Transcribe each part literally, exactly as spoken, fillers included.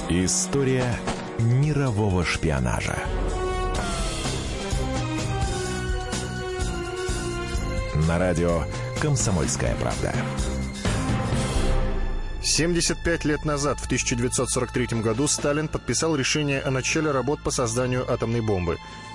История мирового шпионажа. На радио «Комсомольская правда». семьдесят пять лет назад, в тысяча девятьсот сорок третьем году, Сталин подписал решение о начале работ по созданию атомной бомбы.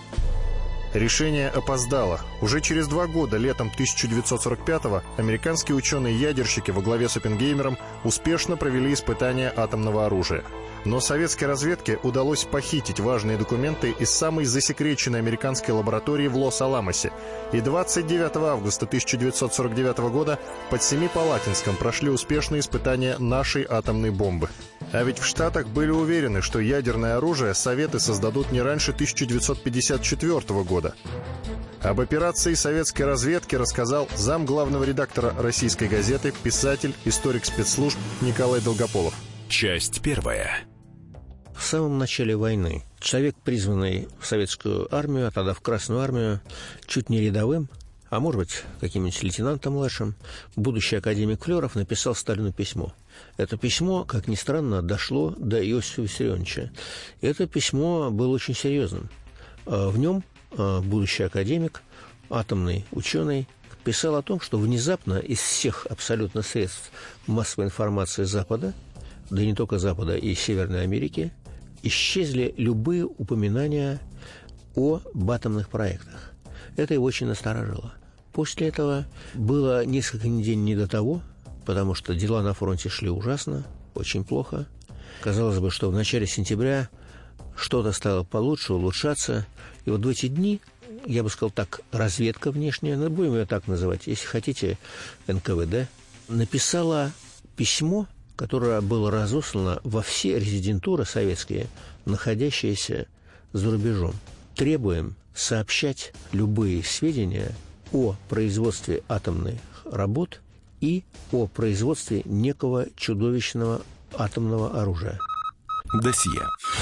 Решение опоздало. Уже через два года, летом тысяча девятьсот сорок пятого, американские ученые-ядерщики во главе с Оппенгеймером успешно провели испытания атомного оружия. Но советской разведке удалось похитить важные документы из самой засекреченной американской лаборатории в Лос-Аламосе. И двадцать девятого августа тысяча девятьсот сорок девятого года под Семипалатинском прошли успешные испытания нашей атомной бомбы. А ведь в Штатах были уверены, что ядерное оружие Советы создадут не раньше тысяча девятьсот пятьдесят четвёртого года. Об операции советской разведки рассказал зам главного редактора «Российской газеты», писатель, историк спецслужб Николай Долгополов. Часть первая. В самом начале войны человек, призванный в советскую армию, а тогда в Красную армию, чуть не рядовым, а может быть, каким-нибудь лейтенантом младшим, будущий академик Флёров написал Сталину письмо. Это письмо, как ни странно, дошло до Иосифа Виссарионовича. Это письмо было очень серьезным. В нем будущий академик, атомный ученый, писал о том, что внезапно из всех абсолютно средств массовой информации Запада, да и не только Запада, и Северной Америки, исчезли любые упоминания о атомных проектах. Это его очень насторожило. После этого было несколько недель не до того, потому что дела на фронте шли ужасно, очень плохо. Казалось бы, что в начале сентября что-то стало получше, улучшаться. И вот в эти дни, я бы сказал так, разведка внешняя, ну, будем ее так называть, если хотите, эн ка вэ дэ, написала письмо, которое было разослано во все резидентуры советские, находящиеся за рубежом. Требуем сообщать любые сведения о производстве атомных работ и о производстве некого чудовищного атомного оружия. Досье.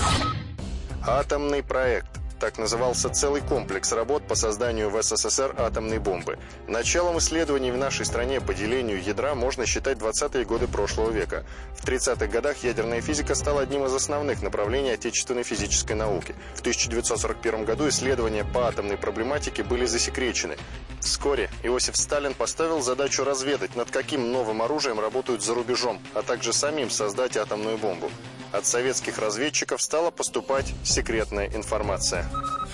Атомный проект. Так назывался целый комплекс работ по созданию в эс эс эс эр атомной бомбы. Началом исследований в нашей стране по делению ядра можно считать двадцатые годы прошлого века. В тридцатых годах ядерная физика стала одним из основных направлений отечественной физической науки. В тысяча девятьсот сорок первом году исследования по атомной проблематике были засекречены. Вскоре Иосиф Сталин поставил задачу разведать, над каким новым оружием работают за рубежом, а также самим создать атомную бомбу. От советских разведчиков стала поступать секретная информация.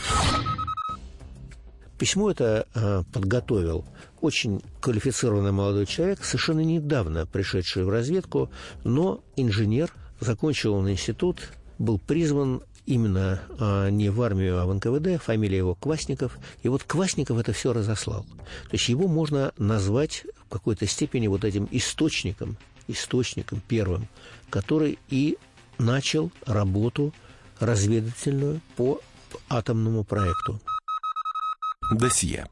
Письмо это э, подготовил очень квалифицированный молодой человек, совершенно недавно пришедший в разведку, но инженер, закончил он институт, был призван именно э, не в армию, а в эн ка вэ дэ, фамилия его Квасников. И вот Квасников это все разослал. То есть его можно назвать в какой-то степени вот этим источником, источником первым, который и начал работу разведывательную по атомному проекту. Досье.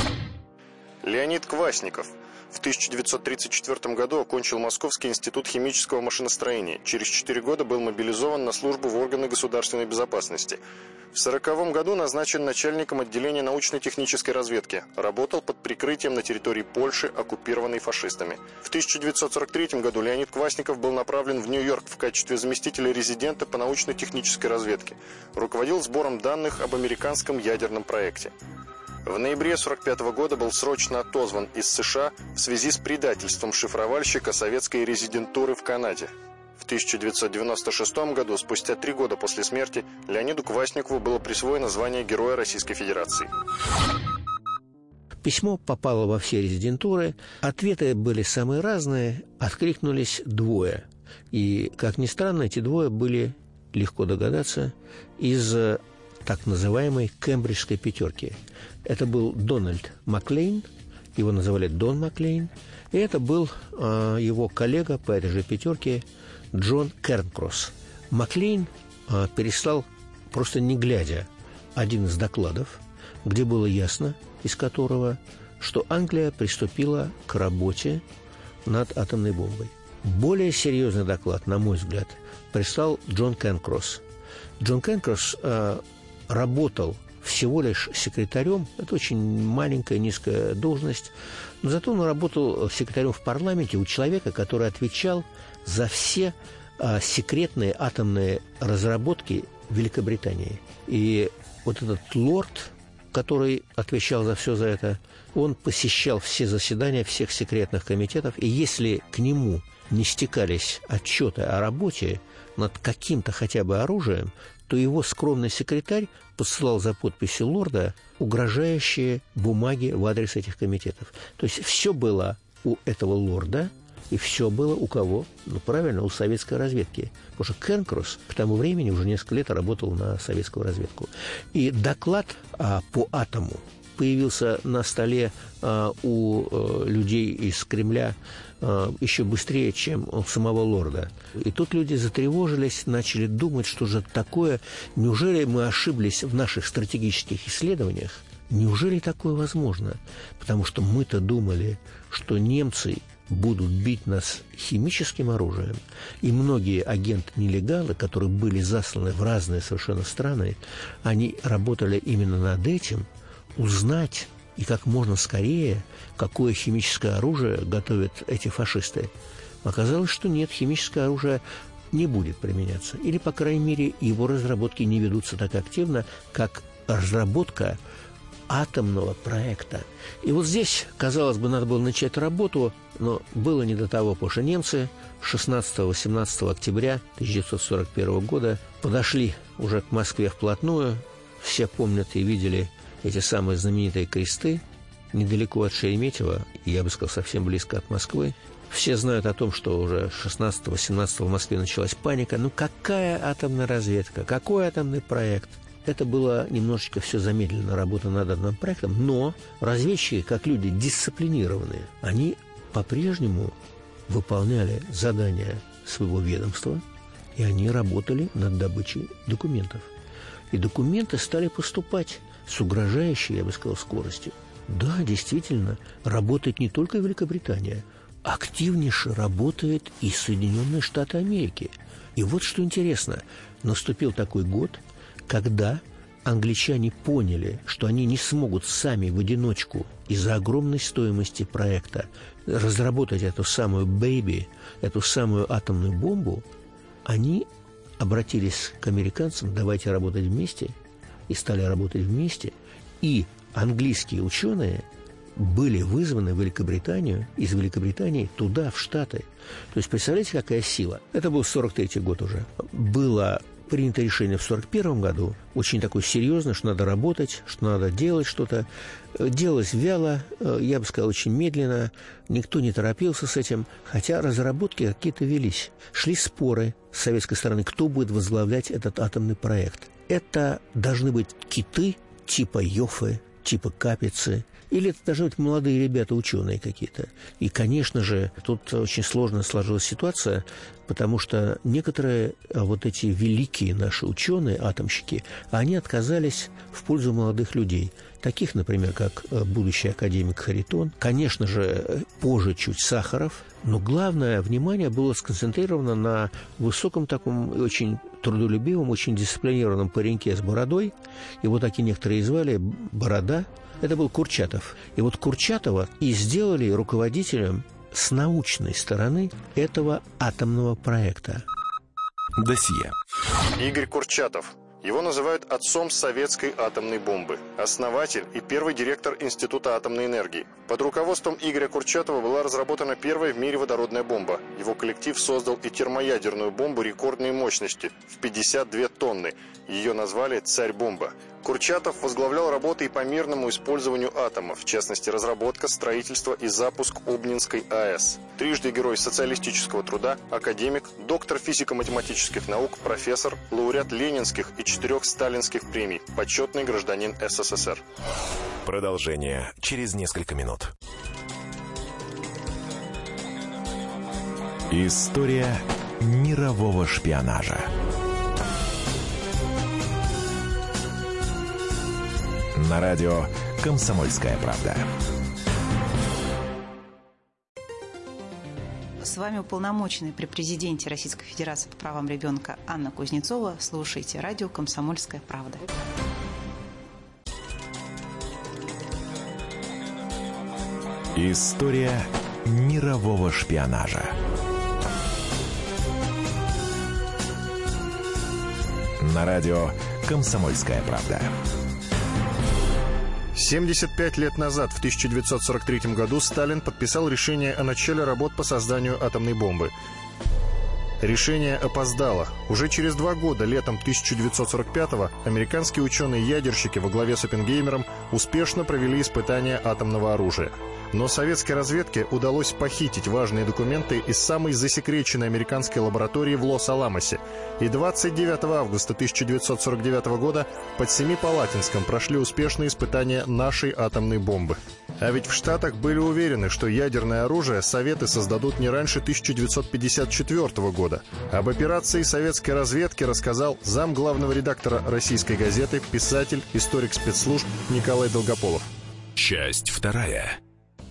Леонид Квасников в тысяча девятьсот тридцать четвёртом году окончил Московский институт химического машиностроения. Через четыре года был мобилизован на службу в органы государственной безопасности. В сороковом году назначен начальником отделения научно-технической разведки. Работал под прикрытием на территории Польши, оккупированной фашистами. В тысяча девятьсот сорок третьем году Леонид Квасников был направлен в Нью-Йорк в качестве заместителя резидента по научно-технической разведке. Руководил сбором данных об американском ядерном проекте. В ноябре сорок пятого года был срочно отозван из США в связи с предательством шифровальщика советской резидентуры в Канаде. В тысяча девятьсот девяносто шестом году, спустя три года после смерти, Леониду Квасникову было присвоено звание Героя Российской Федерации. Письмо попало во все резидентуры, ответы были самые разные, откликнулись двое. И, как ни странно, эти двое были, легко догадаться, из так называемой кембриджской пятерки. Это был Дональд Маклейн, его называли Дон Маклейн, и это был э, его коллега по этой же пятерке Джон Кернкросс. Маклейн э, переслал, просто не глядя, один из докладов, где было ясно, из которого, что Англия приступила к работе над атомной бомбой. Более серьезный доклад, на мой взгляд, прислал Джон Кернкросс. Джон Кернкросс э, работал всего лишь секретарем, это очень маленькая, низкая должность, но зато он работал секретарем в парламенте у человека, который отвечал за все а, секретные атомные разработки Великобритании. И вот этот лорд, который отвечал за все за это, он посещал все заседания всех секретных комитетов, и если к нему не стекались отчеты о работе над каким-то хотя бы оружием, то его скромный секретарь посылал за подписью лорда угрожающие бумаги в адрес этих комитетов. То есть все было у этого лорда, и все было у кого? Ну, правильно, у советской разведки. Потому что Кенкросс к тому времени уже несколько лет работал на советскую разведку. И доклад а, по атому появился на столе а, у а, людей из Кремля а, еще быстрее, чем у самого лорда. И тут люди затревожились, начали думать, что же такое. Неужели мы ошиблись в наших стратегических исследованиях? Неужели такое возможно? Потому что мы-то думали, что немцы будут бить нас химическим оружием, и многие агенты-нелегалы, которые были засланы в разные совершенно страны, они работали именно над этим, узнать и как можно скорее, какое химическое оружие готовят эти фашисты. Оказалось, что нет, химическое оружие не будет применяться, или, по крайней мере, его разработки не ведутся так активно, как разработка атомного проекта. И вот здесь, казалось бы, надо было начать работу, но было не до того, потому что немцы шестнадцатого-восемнадцатого октября тысяча девятьсот сорок первого года подошли уже к Москве вплотную. Все помнят и видели эти самые знаменитые кресты недалеко от Шереметьево, я бы сказал, совсем близко от Москвы. Все знают о том, что уже шестнадцатого-семнадцатого в Москве началась паника. Ну какая атомная разведка? Какой атомный проект? Это было немножечко все замедлено, работа над одним проектом, но разведчики, как люди дисциплинированные, они по-прежнему выполняли задания своего ведомства, и они работали над добычей документов. И документы стали поступать с угрожающей, я бы сказал, скоростью. Да, действительно, работает не только Великобритания, активнейше работает и Соединенные Штаты Америки. И вот что интересно, наступил такой год, когда англичане поняли, что они не смогут сами в одиночку из-за огромной стоимости проекта разработать эту самую «Бэйби», эту самую атомную бомбу, они обратились к американцам: давайте работать вместе, и стали работать вместе. И английские ученые были вызваны в Великобританию, из Великобритании туда, в Штаты. То есть, представляете, какая сила? Это был сорок третий год уже. Было принято решение в сорок первом году, очень такое серьезное, что надо работать, что надо делать что-то. Делалось вяло, я бы сказал, очень медленно, никто не торопился с этим, хотя разработки какие-то велись. Шли споры с советской стороны, кто будет возглавлять этот атомный проект. Это должны быть киты типа Йоффе, типа Капицы, или это должны быть молодые ребята, ученые какие-то. И, конечно же, тут очень сложно сложилась ситуация, потому что некоторые вот эти великие наши ученые, атомщики, они отказались в пользу молодых людей. Таких, например, как будущий академик Харитон, конечно же, позже чуть Сахаров, но главное внимание было сконцентрировано на высоком таком, очень трудолюбивом, очень дисциплинированном пареньке с бородой. Его так и некоторые звали Борода. Это был Курчатов. И вот Курчатова и сделали руководителем с научной стороны этого атомного проекта. Досье. Игорь Курчатов. Его называют отцом советской атомной бомбы. Основатель и первый директор Института атомной энергии. Под руководством Игоря Курчатова была разработана первая в мире водородная бомба. Его коллектив создал и термоядерную бомбу рекордной мощности в пятьдесят две тонны. Ее назвали «Царь-бомба». Курчатов возглавлял работы и по мирному использованию атома, в частности, разработка, строительство и запуск Обнинской АЭС. Трижды герой социалистического труда, академик, доктор физико-математических наук, профессор, лауреат ленинских и четырех сталинских премий, почетный гражданин СССР. Продолжение через несколько минут. История мирового шпионажа. На радио «Комсомольская правда». С вами уполномоченный при президенте Российской Федерации по правам ребенка Анна Кузнецова. Слушайте радио «Комсомольская правда». История мирового шпионажа. На радио «Комсомольская правда». семьдесят пять лет назад, в тысяча девятьсот сорок третьем году, Сталин подписал решение о начале работ по созданию атомной бомбы. Решение опоздало. Уже через два года, летом тысяча девятьсот сорок пятого, американские ученые-ядерщики во главе с Оппенгеймером успешно провели испытания атомного оружия. Но советской разведке удалось похитить важные документы из самой засекреченной американской лаборатории в Лос-Аламосе. И двадцать девятого августа тысяча девятьсот сорок девятого года под Семипалатинском прошли успешные испытания нашей атомной бомбы. А ведь в Штатах были уверены, что ядерное оружие Советы создадут не раньше тысяча девятьсот пятьдесят четвёртого года. Об операции советской разведки рассказал зам главного редактора «Российской газеты», писатель, историк спецслужб Николай Долгополов. Часть вторая.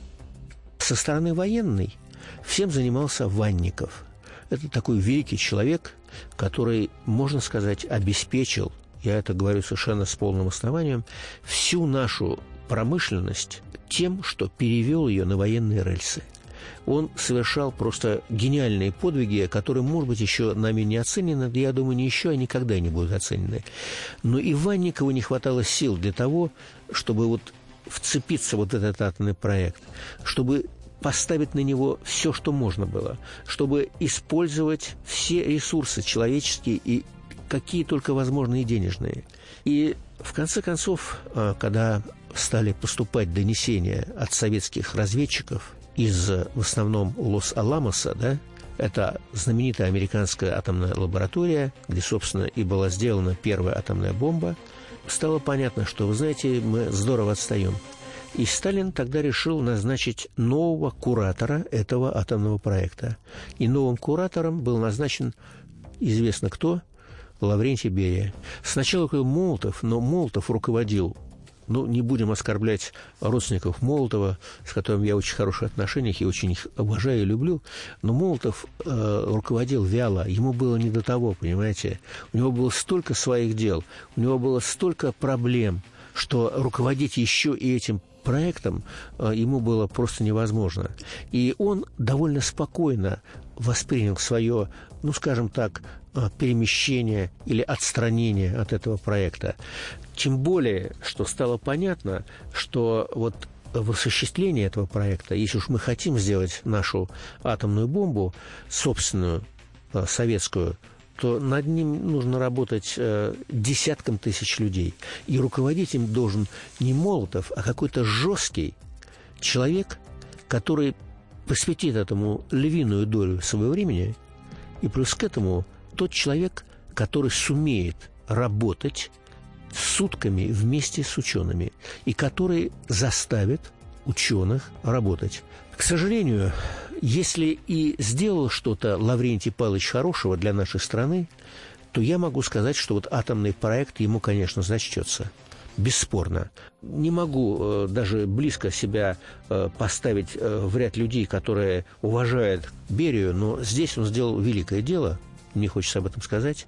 Со стороны военной всем занимался Ванников. Это такой великий человек, который, можно сказать, обеспечил, я это говорю совершенно с полным основанием, всю нашу промышленность тем, что перевел ее на военные рельсы. Он совершал просто гениальные подвиги, которые, может быть, еще нами не оценены, я думаю, не еще, а никогда не будут оценены. Но и Ванникову не хватало сил для того, чтобы вот вцепиться в вот этот атомный проект, чтобы поставить на него все, что можно было, чтобы использовать все ресурсы человеческие и какие только возможные денежные. И в конце концов, когда стали поступать донесения от советских разведчиков из, в основном, Лос-Аламоса, да, это знаменитая американская атомная лаборатория, где, собственно, и была сделана первая атомная бомба, стало понятно, что, вы знаете, мы здорово отстаем. И Сталин тогда решил назначить нового куратора этого атомного проекта. И новым куратором был назначен, известно кто, Лаврентий Берия. Сначала был Молотов, но Молотов руководил, ну, не будем оскорблять родственников Молотова, с которым я в очень хороших отношениях и очень их обожаю и люблю, но Молотов э, руководил вяло, ему было не до того, понимаете. У него было столько своих дел, у него было столько проблем, что руководить еще и этим проектом э, ему было просто невозможно. И он довольно спокойно воспринял свое, ну, скажем так, э, перемещение или отстранение от этого проекта. Тем более, что стало понятно, что вот в осуществлении этого проекта, если уж мы хотим сделать нашу атомную бомбу, собственную, э, советскую, то над ним нужно работать э, десяткам тысяч людей. И руководить им должен не Молотов, а какой-то жесткий человек, который посвятит этому львиную долю своего времени, и плюс к этому тот человек, который сумеет работать сутками вместе с учеными, и который заставит ученых работать. К сожалению, если и сделал что-то Лаврентий Павлович хорошего для нашей страны, то я могу сказать, что вот атомный проект ему, конечно, зачтется. Бесспорно. Не могу э, даже близко себя э, поставить э, в ряд людей, которые уважают Берию, но здесь он сделал великое дело, мне хочется об этом сказать.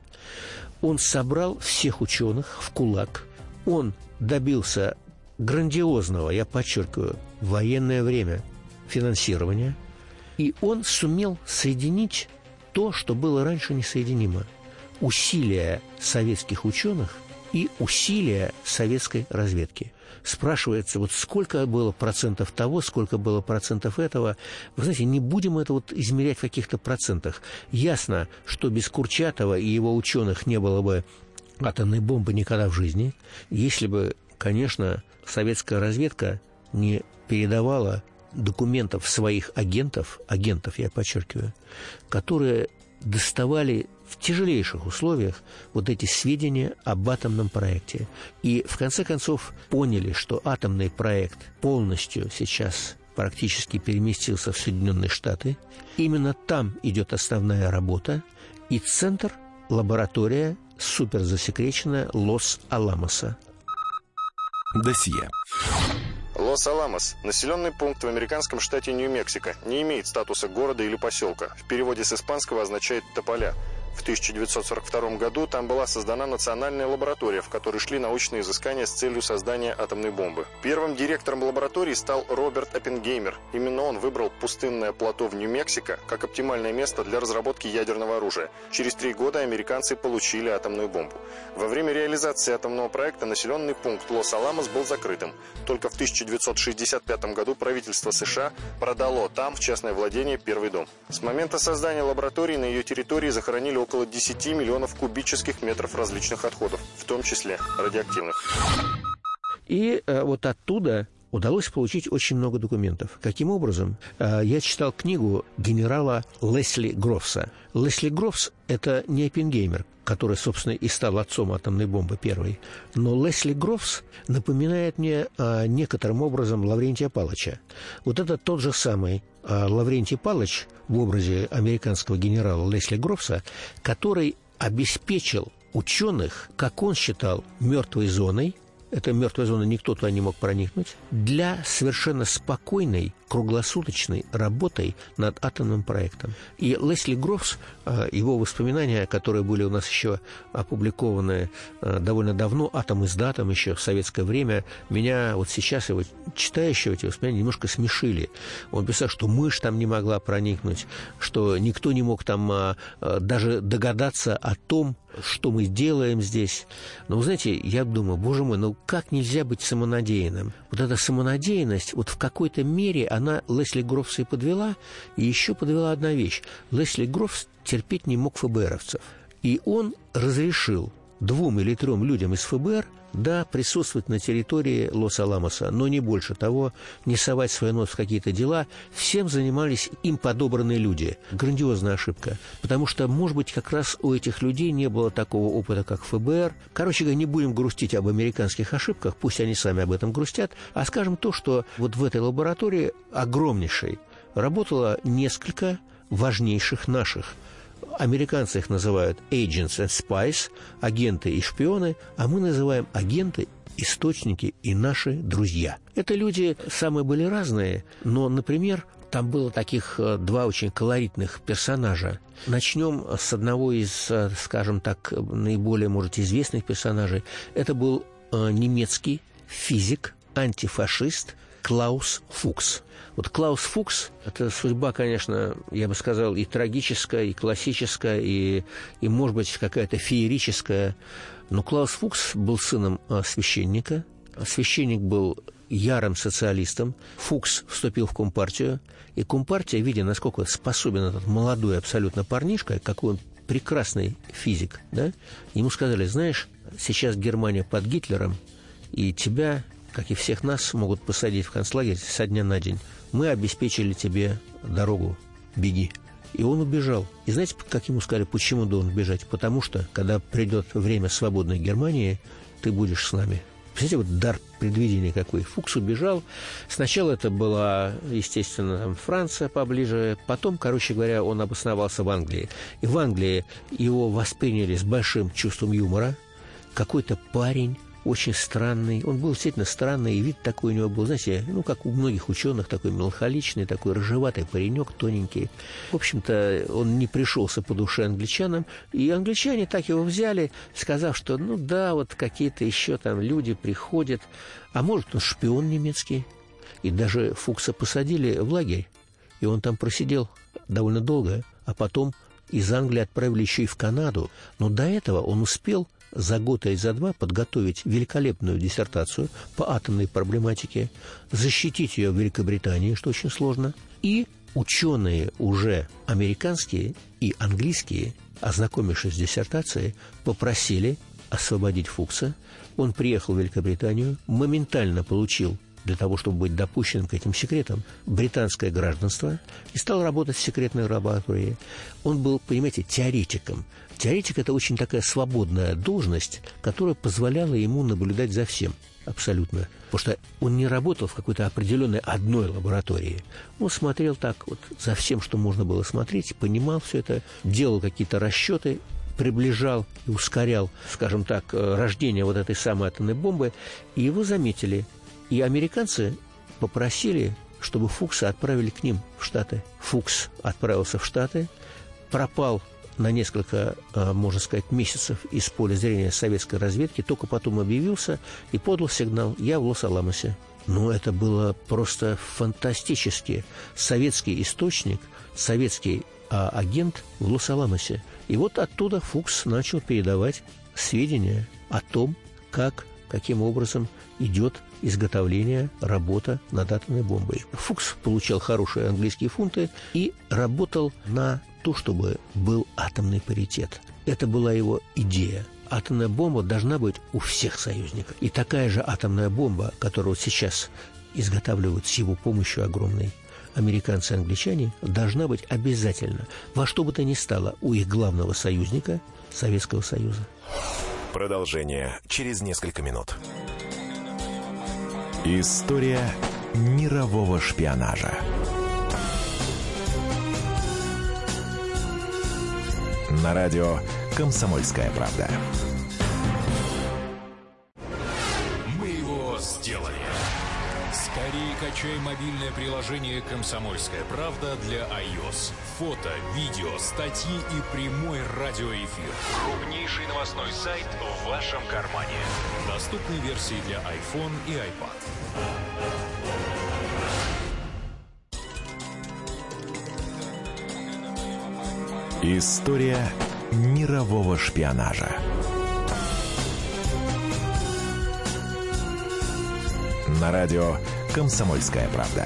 Он собрал всех ученых в кулак, он добился грандиозного, я подчеркиваю, в военное время финансирования, и он сумел соединить то, что было раньше несоединимо. Усилия советских ученых и усилия советской разведки. Спрашивается, вот сколько было процентов того, сколько было процентов этого. Вы знаете, не будем это вот измерять в каких-то процентах. Ясно, что без Курчатова и его ученых не было бы атомной бомбы никогда в жизни, если бы, конечно, советская разведка не передавала документов своих агентов, агентов, я подчеркиваю, которые доставали в тяжелейших условиях вот эти сведения об атомном проекте. И в конце концов поняли, что атомный проект полностью сейчас практически переместился в Соединенные Штаты. Именно там идет основная работа. И центр, лаборатория, суперзасекреченная Лос-Аламоса. Досье. Лос-Аламос – населенный пункт в американском штате Нью-Мексико, не имеет статуса города или поселка. В переводе с испанского означает «тополя». В тысяча девятьсот сорок втором году там была создана национальная лаборатория, в которой шли научные изыскания с целью создания атомной бомбы. Первым директором лаборатории стал Роберт Оппенгеймер. Именно он выбрал пустынное плато в Нью-Мексико как оптимальное место для разработки ядерного оружия. Через три года американцы получили атомную бомбу. Во время реализации атомного проекта населенный пункт Лос-Аламос был закрытым. Только в тысяча девятьсот шестьдесят пятом году правительство США продало там в частное владение первый дом. С момента создания лаборатории на ее территории захоронили около десяти миллионов кубических метров различных отходов, в том числе радиоактивных. И э, вот оттуда удалось получить очень много документов. Каким образом? Э, я читал книгу генерала Лесли Грофса. Лесли Грофс – это не Оппенгеймер, который, собственно, и стал отцом атомной бомбы первой. Но Лесли Грофс напоминает мне э, некоторым образом Лаврентия Палыча. Вот это тот же самый э, Лаврентий Палыч в образе американского генерала Лесли Грофса, который обеспечил ученых, как он считал, мертвой зоной. Эта мертвая зона, никто туда не мог проникнуть, для совершенно спокойной, круглосуточной работой над атомным проектом. И Лесли Грофс, его воспоминания, которые были у нас еще опубликованы довольно давно, «Атом из датом» еще в советское время, меня вот сейчас, его читающего эти воспоминания, немножко смешили. Он писал, что мышь там не могла проникнуть, что никто не мог там даже догадаться о том, что мы делаем здесь. Но, вы знаете, я думаю, боже мой, ну как нельзя быть самонадеянным? Вот эта самонадеянность, вот в какой-то мере она Лесли Грофса и подвела, и еще подвела одна вещь. Лесли Грофс терпеть не мог ФБРовцев. И он разрешил двум или трем людям из ФБР, да, присутствовать на территории Лос-Аламоса, но не больше того, не совать свой нос в какие-то дела. Всем занимались им подобранные люди. Грандиозная ошибка. Потому что, может быть, как раз у этих людей не было такого опыта, как ФБР. Короче говоря, не будем грустить об американских ошибках, пусть они сами об этом грустят, а скажем то, что вот в этой лаборатории огромнейшей работало несколько важнейших наших. Американцы их называют agents and spies, агенты и шпионы, а мы называем агенты, источники и наши друзья. Это люди самые были разные, но, например, там было таких два очень колоритных персонажа. Начнем с одного из, скажем так, наиболее, может, известных персонажей. Это был немецкий физик, антифашист Клаус Фукс. Вот Клаус Фукс – это судьба, конечно, я бы сказал, и трагическая, и классическая, и, и может быть, какая-то феерическая. Но Клаус Фукс был сыном священника. Священник был ярым социалистом. Фукс вступил в Компартию. И Компартия, видя, насколько способен этот молодой абсолютно парнишка, какой он прекрасный физик, да, ему сказали: знаешь, сейчас Германия под Гитлером, и тебя, как и всех нас, могут посадить в концлагерь со дня на день. Мы обеспечили тебе дорогу, беги. И он убежал. И знаете, как ему сказали, почему должен бежать? Потому что, когда придет время свободной Германии, ты будешь с нами. Представляете, вот дар предвидения какой. Фукс убежал. Сначала это была, естественно, там, Франция поближе. Потом, короче говоря, он обосновался в Англии. И в Англии его восприняли с большим чувством юмора. Какой-то парень, очень странный. Он был действительно странный, и вид такой у него был, знаете, ну, как у многих ученых, такой меланхоличный, такой рыжеватый паренек, тоненький. В общем-то, он не пришелся по душе англичанам, и англичане так его взяли, сказав, что, ну да, вот какие-то еще там люди приходят, а может, он шпион немецкий. И даже Фукса посадили в лагерь, и он там просидел довольно долго, а потом из Англии отправили еще и в Канаду. Но до этого он успел за год или за два подготовить великолепную диссертацию по атомной проблематике, защитить ее в Великобритании, что очень сложно. И ученые уже американские и английские, ознакомившись с диссертацией, попросили освободить Фукса. Он приехал в Великобританию, моментально получил, для того, чтобы быть допущенным к этим секретам, британское гражданство и стал работать в секретной лаборатории. Он был, понимаете, теоретиком. Теоретик – это очень такая свободная должность, которая позволяла ему наблюдать за всем абсолютно. Потому что он не работал в какой-то определенной одной лаборатории. Он смотрел так вот за всем, что можно было смотреть, понимал все это, делал какие-то расчеты, приближал и ускорял, скажем так, рождение вот этой самой атомной бомбы. И его заметили. И американцы попросили, чтобы Фукса отправили к ним в Штаты. Фукс отправился в Штаты, пропал на несколько, можно сказать, месяцев из поля зрения советской разведки, только потом объявился и подал сигнал «Я в Лос-Аламосе». Ну, это было просто фантастически. Советский источник, советский а, агент в Лос-Аламосе. И вот оттуда Фукс начал передавать сведения о том, как, каким образом идет изготовление, работа над атомной бомбой. Фукс получал хорошие английские фунты и работал на то, чтобы был атомный паритет. Это была его идея. Атомная бомба должна быть у всех союзников. И такая же атомная бомба, которую сейчас изготавливают с его помощью огромной американцы и англичане, должна быть обязательно, во что бы то ни стало, у их главного союзника Советского Союза. Продолжение через несколько минут. История мирового шпионажа. На радио «Комсомольская правда». Мы его сделали. Скорее качай мобильное приложение «Комсомольская правда» для iOS. Фото, видео, статьи и прямой радиоэфир. Крупнейший новостной сайт в вашем кармане. Доступны версии для iPhone и iPad. История мирового шпионажа. На радио «Комсомольская правда».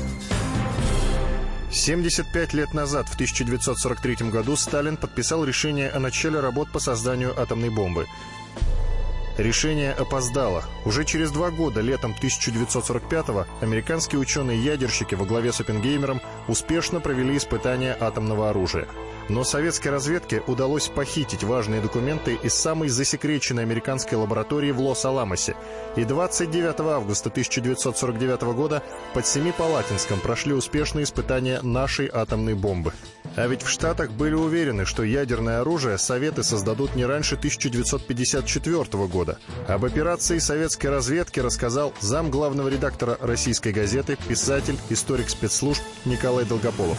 семьдесят пять лет назад, в тысяча девятьсот сорок третьем году, Сталин подписал решение о начале работ по созданию атомной бомбы. Решение опоздало. Уже через два года, летом тысяча девятьсот сорок пятого, американские ученые-ядерщики во главе с Оппенгеймером успешно провели испытания атомного оружия. Но советской разведке удалось похитить важные документы из самой засекреченной американской лаборатории в Лос-Аламосе. И двадцать девятого августа тысяча девятьсот сорок девятого года под Семипалатинском прошли успешные испытания нашей атомной бомбы. А ведь в Штатах были уверены, что ядерное оружие Советы создадут не раньше тысяча девятьсот пятьдесят четвёртого года. Об операции советской разведки рассказал зам главного редактора «Российской газеты», писатель, историк спецслужб Николай Долгополов.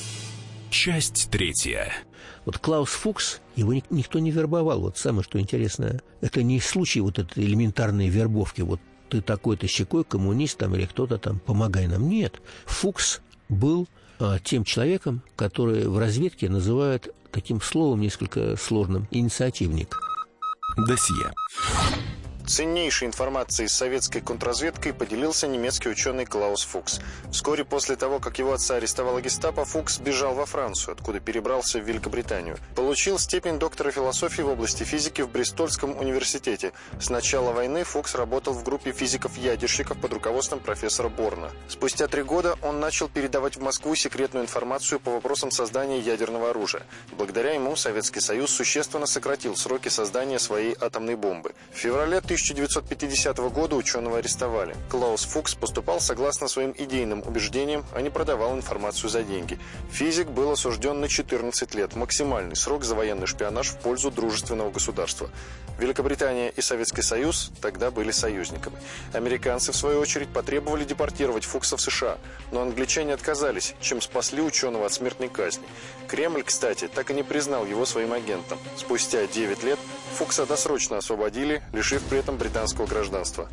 Часть третья. Вот Клаус Фукс, его никто не вербовал. Вот самое, что интересное, это не случай вот этой элементарной вербовки. Вот ты такой-то щекой, коммунист там или кто-то там, помогай нам. Нет. Фукс был а, тем человеком, который в разведке называют таким словом несколько сложным — инициативник. Досье. Ценнейшей информацией с советской контрразведкой поделился немецкий ученый Клаус Фукс. Вскоре после того, как его отца арестовала гестапо, Фукс бежал во Францию, откуда перебрался в Великобританию. Получил степень доктора философии в области физики в Бристольском университете. С начала войны Фукс работал в группе физиков-ядерщиков под руководством профессора Борна. Спустя три года он начал передавать в Москву секретную информацию по вопросам создания ядерного оружия. Благодаря ему Советский Союз существенно сократил сроки создания своей атомной бомбы. В феврале тысяча девятьсот пятидесятого года ученого арестовали. Клаус Фукс поступал согласно своим идейным убеждениям, а не продавал информацию за деньги. Физик был осужден на четырнадцать лет, максимальный срок за военный шпионаж в пользу дружественного государства. Великобритания и Советский Союз тогда были союзниками. Американцы, в свою очередь, потребовали депортировать Фукса в США, но англичане отказались, чем спасли ученого от смертной казни. Кремль, кстати, так и не признал его своим агентом. Спустя девять лет Фукса досрочно освободили, лишив при этом британского гражданства.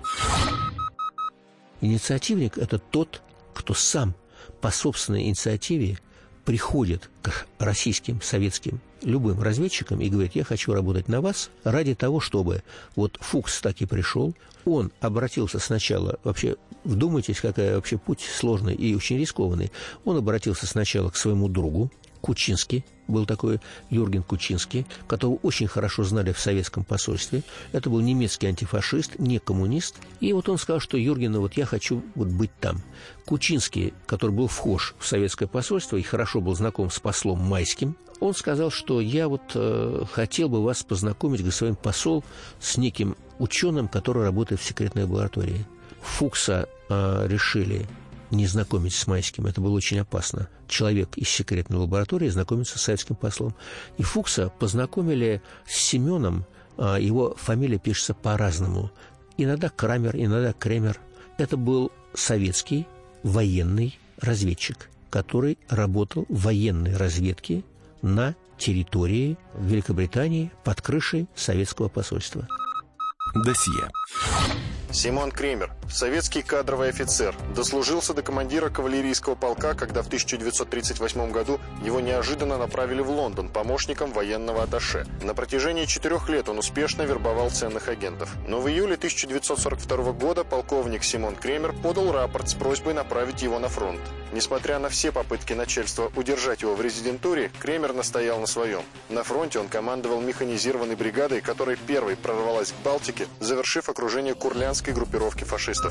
Инициативник – это тот, кто сам по собственной инициативе приходит к российским, советским, любым разведчикам и говорит: я хочу работать на вас ради того, чтобы... Вот Фукс так и пришел, он обратился сначала, вообще, вдумайтесь, какой вообще путь сложный и очень рискованный, он обратился сначала к своему другу, Кучинский, был такой Юрген Кучинский, которого очень хорошо знали в советском посольстве. Это был немецкий антифашист, не коммунист. И вот он сказал, что Юргену, вот я хочу вот быть там. Кучинский, который был вхож в советское посольство и хорошо был знаком с послом Майским, он сказал, что я вот э, хотел бы вас познакомить, господин посол, с неким ученым, который работает в секретной лаборатории. Фукса э, решили не знакомить с Майским. Это было очень опасно. Человек из секретной лаборатории знакомится с советским послом. И Фукса познакомили с Семеном. Его фамилия пишется по-разному. Иногда Крамер, иногда Кремер. Это был советский военный разведчик, который работал в военной разведке на территории Великобритании под крышей советского посольства. Досье. Симон Кремер, советский кадровый офицер, дослужился до командира кавалерийского полка, когда в тысяча девятьсот тридцать восьмом году его неожиданно направили в Лондон помощником военного атташе. На протяжении четырех лет он успешно вербовал ценных агентов. Но в июле тысяча девятьсот сорок второго года полковник Симон Кремер подал рапорт с просьбой направить его на фронт. Несмотря на все попытки начальства удержать его в резидентуре, Кремер настоял на своем. На фронте он командовал механизированной бригадой, которая первой прорвалась к Балтике, завершив окружение курлянской группировки фашистов.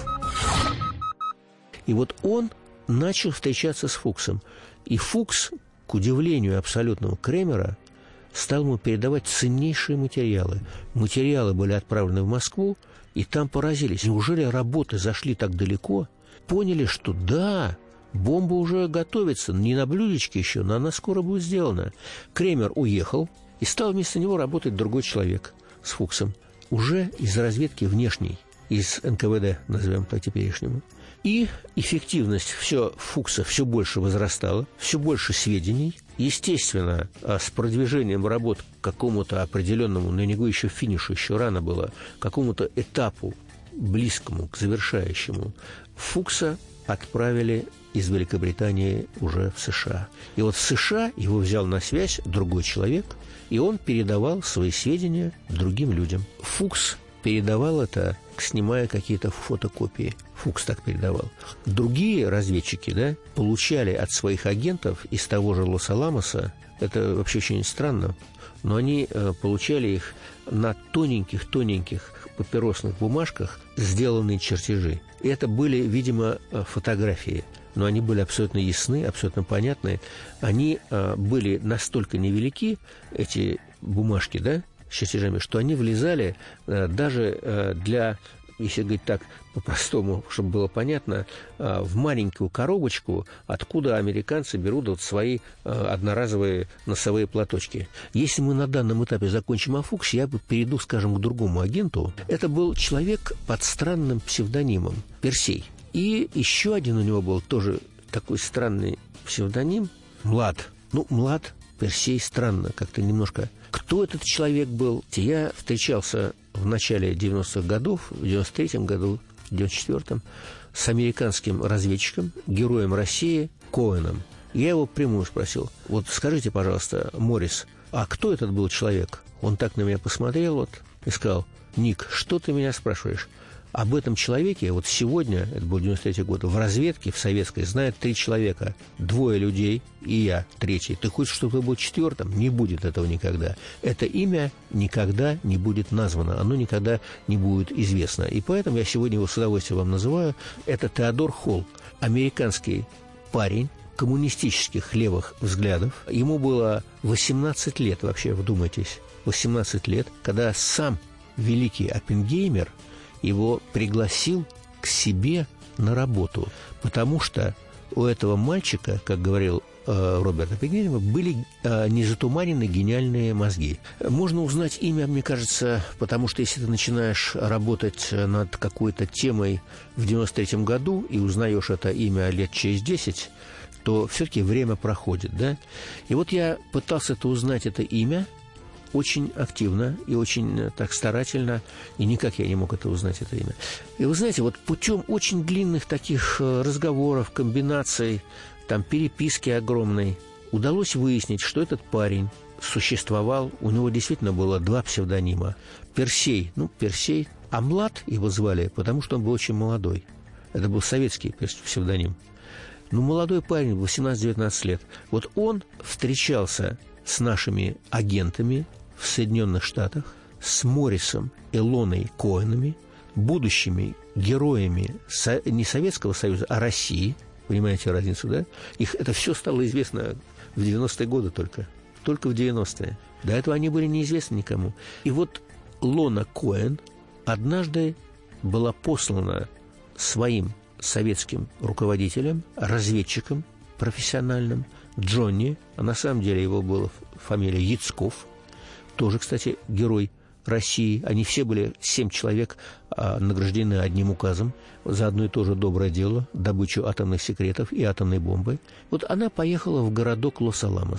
И вот он начал встречаться с Фуксом. И Фукс, к удивлению абсолютного Кремера, стал ему передавать ценнейшие материалы. Материалы были отправлены в Москву, и там поразились. Неужели работы зашли так далеко? Поняли, что да, бомба уже готовится, не на блюдечке еще, но она скоро будет сделана. Кремер уехал, и стал вместо него работать другой человек с Фуксом. Уже из разведки внешней, из эн ка вэ дэ, назовем так теперешнему. И эффективность все Фукса все больше возрастала, все больше сведений. Естественно, с продвижением работ к какому-то определенному, но я не говорю еще финишу, еще рано было, к какому-то этапу, близкому к завершающему, Фукса отправили из Великобритании уже в США. И вот в США его взял на связь другой человек, и он передавал свои сведения другим людям. Фукс передавал это, снимая какие-то фотокопии. Фукс так передавал. Другие разведчики, да, получали от своих агентов из того же Лос-Аламоса, это вообще очень странно, но они э, получали их на тоненьких-тоненьких папиросных бумажках сделанные чертежи. И это были, видимо, фотографии. Но они были абсолютно ясны, абсолютно понятны. Они э, были настолько невелики, эти бумажки, да, с чертежами, что они влезали э, даже э, для, если говорить так по-простому, чтобы было понятно, э, в маленькую коробочку, откуда американцы берут вот свои э, одноразовые носовые платочки. Если мы на данном этапе закончим о Фуксе, я бы перейду, скажем, к другому агенту. Это был человек под странным псевдонимом Персей. И еще один у него был тоже такой странный псевдоним Млад. Ну, Млад, Персей, странно, как-то немножко. Кто этот человек был? Я встречался в начале девяностых годов, в девяносто третьем году, в девяносто четвёртом, с американским разведчиком, героем России Коэном. Я его прямую спросил: вот скажите, пожалуйста, Моррис, а кто этот был человек? Он так на меня посмотрел вот и сказал: Ник, что ты меня спрашиваешь? Об этом человеке вот сегодня, это был девяносто третий год, в разведке, в советской, знает три человека. Двое людей и я, третий. Ты хочешь, чтобы ты был четвертым? Не будет этого никогда. Это имя никогда не будет названо, оно никогда не будет известно. И поэтому я сегодня его с удовольствием вам называю. Это Теодор Холл, американский парень коммунистических левых взглядов. Ему было восемнадцать лет, вообще, вдумайтесь, восемнадцать лет, когда сам великий Оппенгеймер его пригласил к себе на работу, потому что у этого мальчика, как говорил э, Роберт Оппенгеймер, были э, незатуманены гениальные мозги. Можно узнать имя, мне кажется, потому что если ты начинаешь работать над какой-то темой в девяносто третьем году и узнаешь это имя лет через десять, то все-таки время проходит, да? И вот я пытался это узнать, это имя, очень активно и очень так старательно, и никак я не мог это узнать, это имя. И вы знаете, вот путем очень длинных таких разговоров, комбинаций, там, переписки огромной, удалось выяснить, что этот парень существовал, у него действительно было два псевдонима. Персей, ну, Персей, а Млад его звали, потому что он был очень молодой. Это был советский псевдоним. Ну, молодой парень, восемнадцать-девятнадцать лет. Вот он встречался с нашими агентами в Соединенных Штатах, с Моррисом и Лоной Коэнами, будущими героями со- не Советского Союза, а России. Понимаете разницу, да? Их это все стало известно в девяностые годы только. Только в девяностые. До этого они были неизвестны никому. И вот Лона Коэн однажды была послана своим советским руководителем, разведчиком профессиональным, Джонни, а на самом деле его была фамилия Яцков, тоже, кстати, герой России. Они все были, семь человек, а, награждены одним указом за одно и то же доброе дело, добычу атомных секретов и атомной бомбы. Вот она поехала в городок Лос-Аламос.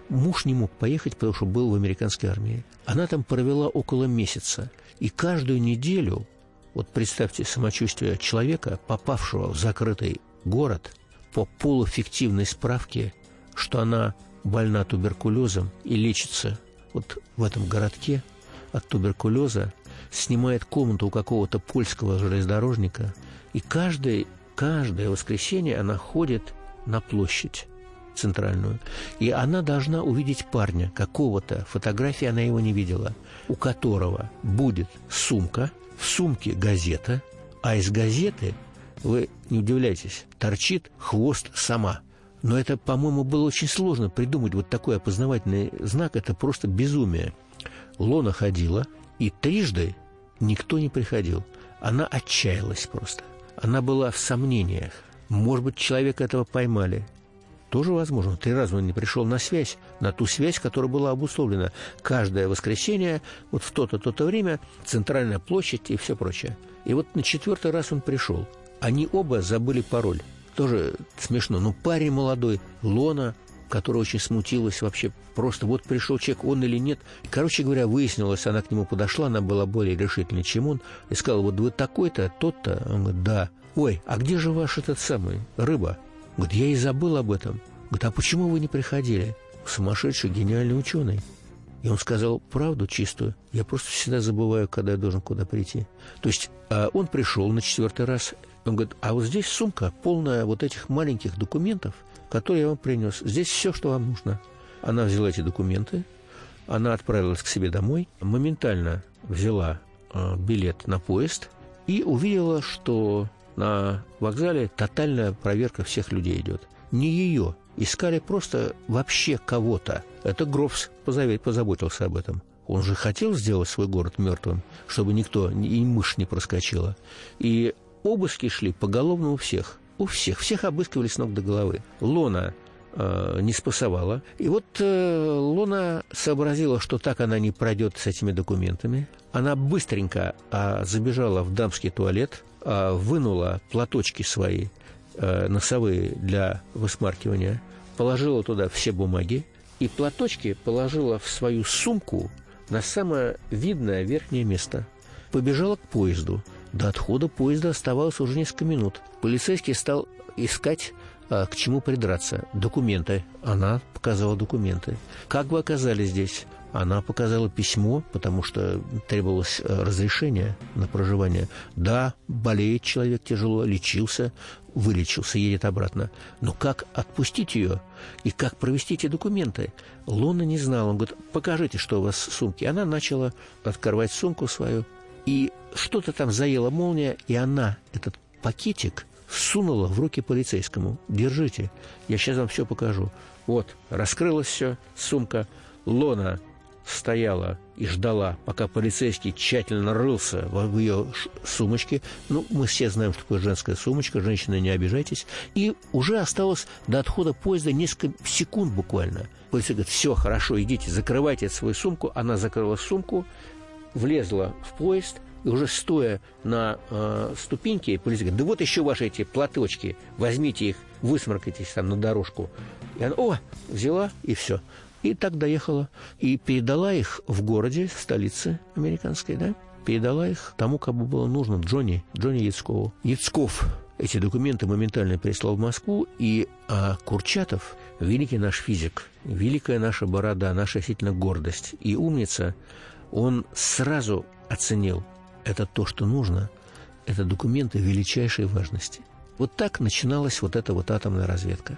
Муж не мог поехать, потому что был в американской армии. Она там провела около месяца. И каждую неделю, вот представьте самочувствие человека, попавшего в закрытый город, по полуфиктивной справке, что она больна туберкулезом и лечится вот в этом городке от туберкулеза, снимает комнату у какого-то польского железнодорожника, и каждое, каждое воскресенье она ходит на площадь центральную, и она должна увидеть парня какого-то, фотографии она его не видела, у которого будет сумка, в сумке газета, а из газеты, вы не удивляйтесь, торчит хвост сама. Но это, по-моему, было очень сложно придумать вот такой опознавательный знак, это просто безумие. Лона ходила, и трижды никто не приходил. Она отчаялась просто. Она была в сомнениях. Может быть, человека этого поймали. Тоже возможно. Три раза он не пришел на связь, на ту связь, которая была обусловлена. Каждое воскресенье, вот в то-то, то-то время, центральная площадь и все прочее. И вот на четвертый раз он пришел. Они оба забыли пароль. Тоже смешно. Но парень молодой, Лона, которая очень смутилась вообще. Просто вот пришел человек, он или нет. Короче говоря, выяснилось, она к нему подошла, она была более решительной, чем он. И сказала, вот вы такой-то, тот-то. Он говорит, да. Ой, а где же ваш этот самый, рыба? Говорит, я и забыл об этом. Говорит, а почему вы не приходили? Сумасшедший, гениальный ученый. И он сказал правду чистую. Я просто всегда забываю, когда я должен куда прийти. То есть он пришел на четвертый раз. Он говорит, а вот здесь сумка полная вот этих маленьких документов, которые я вам принес. Здесь все, что вам нужно. Она взяла эти документы, она отправилась к себе домой, моментально взяла э, билет на поезд и увидела, что на вокзале тотальная проверка всех людей идет. Не ее. Искали просто вообще кого-то. Это Грофс позаботился об этом. Он же хотел сделать свой город мертвым, чтобы никто, и мышь не проскочила. И обыски шли поголовно у всех. У всех. Всех обыскивали с ног до головы. Лона э, не спасовала. И вот э, Лона сообразила, что так она не пройдет с этими документами. Она быстренько э, забежала в дамский туалет, э, вынула платочки свои э, носовые для высмаркивания, положила туда все бумаги и платочки положила в свою сумку на самое видное верхнее место. Побежала к поезду. До отхода поезда оставалось уже несколько минут. Полицейский стал искать, а, к чему придраться. Документы. Она показала документы. Как вы оказались здесь? Она показала письмо, потому что требовалось разрешение на проживание. Да, болеет человек тяжело, лечился, вылечился, едет обратно. Но как отпустить ее и как провести эти документы? Лона не знала. Он говорит, покажите, что у вас в сумке. Она начала открывать сумку свою. И что-то там заела молния, и она этот пакетик сунула в руки полицейскому. Держите, я сейчас вам все покажу. Вот, раскрылось все, сумка. Лона стояла и ждала, пока полицейский тщательно рылся в ее сумочке. Ну, мы все знаем, что такое женская сумочка, женщины, не обижайтесь. И уже осталось до отхода поезда несколько секунд буквально. Полицейский говорит, все, хорошо, идите, закрывайте свою сумку. Она закрыла сумку, влезла в поезд, и уже стоя на э, ступеньке, полицейский говорит, да вот еще ваши эти платочки, возьмите их, высморкайтесь там на дорожку. И она, о, взяла, и все. И так доехала. И передала их в городе, в столице американской, да, передала их тому, кому было нужно, Джонни, Джонни Яцкову. Яцков эти документы моментально переслал в Москву, и а Курчатов, великий наш физик, великая наша борода, наша действительно гордость и умница, он сразу оценил, это то, что нужно, это документы величайшей важности. Вот так начиналась вот эта вот атомная разведка.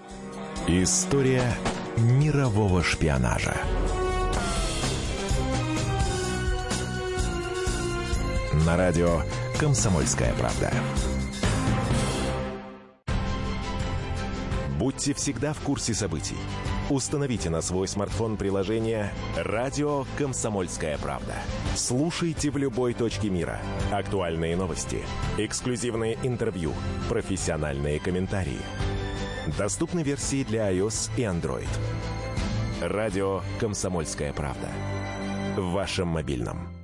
История мирового шпионажа. На радио «Комсомольская правда». Будьте всегда в курсе событий. Установите на свой смартфон приложение «Радио Комсомольская правда». Слушайте в любой точке мира. Актуальные новости, эксклюзивные интервью, профессиональные комментарии. Доступны версии для iOS и Android. «Радио Комсомольская правда». В вашем мобильном.